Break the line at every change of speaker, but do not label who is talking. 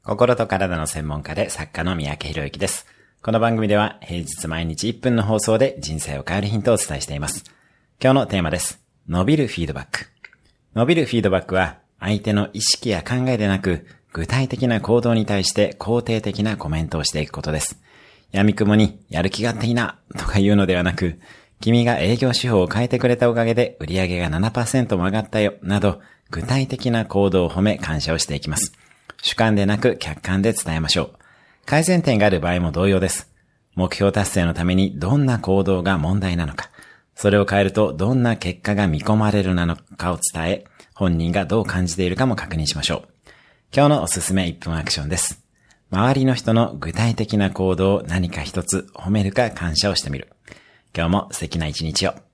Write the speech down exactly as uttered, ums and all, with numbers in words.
心と体の専門家で作家の三宅宏之です。この番組では平日毎日いっぷんの放送で人生を変えるヒントをお伝えしています。今日のテーマです。伸びるフィードバック。伸びるフィードバックは相手の意識や考えでなく具体的な行動に対して肯定的なコメントをしていくことです。闇雲にやる気があっていいなとか言うのではなく、君が営業手法を変えてくれたおかげで売り上げが ななパーセント も上がったよなど具体的な行動を褒め感謝をしていきます。主観でなく客観で伝えましょう。改善点がある場合も同様です。目標達成のためにどんな行動が問題なのか、それを変えるとどんな結果が見込まれるなのかを伝え、本人がどう感じているかも確認しましょう。今日のおすすめいっぷんアクションです。周りの人の具体的な行動を何か一つ褒めるか感謝をしてみる。今日も素敵な一日を。